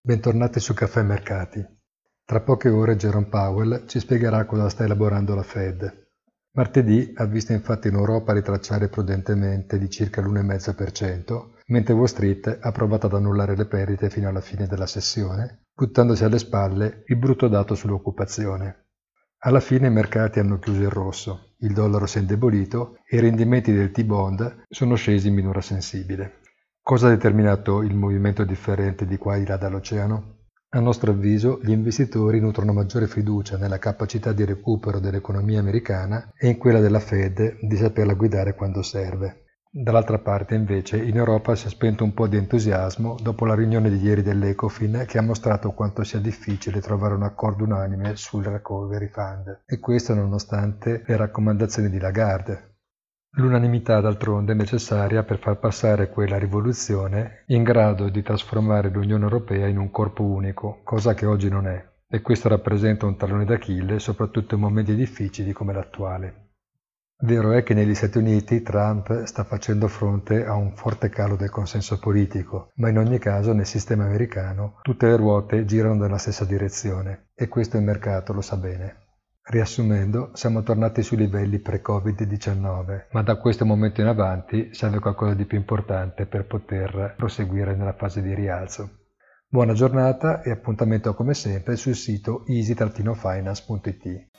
Bentornati su Caffè Mercati. Tra poche ore Jerome Powell ci spiegherà cosa sta elaborando la Fed. Martedì ha visto infatti in Europa ritracciare prudentemente di circa l'1,5%, mentre Wall Street ha provato ad annullare le perdite fino alla fine della sessione, buttandosi alle spalle il brutto dato sull'occupazione. Alla fine i mercati hanno chiuso in rosso, il dollaro si è indebolito e i rendimenti del T-bond sono scesi in minora sensibile. Cosa ha determinato il movimento differente di qua e di là dall'oceano? A nostro avviso, gli investitori nutrono maggiore fiducia nella capacità di recupero dell'economia americana e in quella della Fed di saperla guidare quando serve. Dall'altra parte, invece, in Europa si è spento un po' di entusiasmo dopo la riunione di ieri dell'Ecofin che ha mostrato quanto sia difficile trovare un accordo unanime sul Recovery Fund, e questo nonostante le raccomandazioni di Lagarde. L'unanimità, d'altronde, è necessaria per far passare quella rivoluzione in grado di trasformare l'Unione Europea in un corpo unico, cosa che oggi non è, e questo rappresenta un tallone d'Achille soprattutto in momenti difficili come l'attuale. Vero è che negli Stati Uniti Trump sta facendo fronte a un forte calo del consenso politico, ma in ogni caso nel sistema americano tutte le ruote girano nella stessa direzione, e questo il mercato lo sa bene. Riassumendo, siamo tornati sui livelli pre-Covid-19, ma da questo momento in avanti serve qualcosa di più importante per poter proseguire nella fase di rialzo. Buona giornata e appuntamento come sempre sul sito easy-finance.it.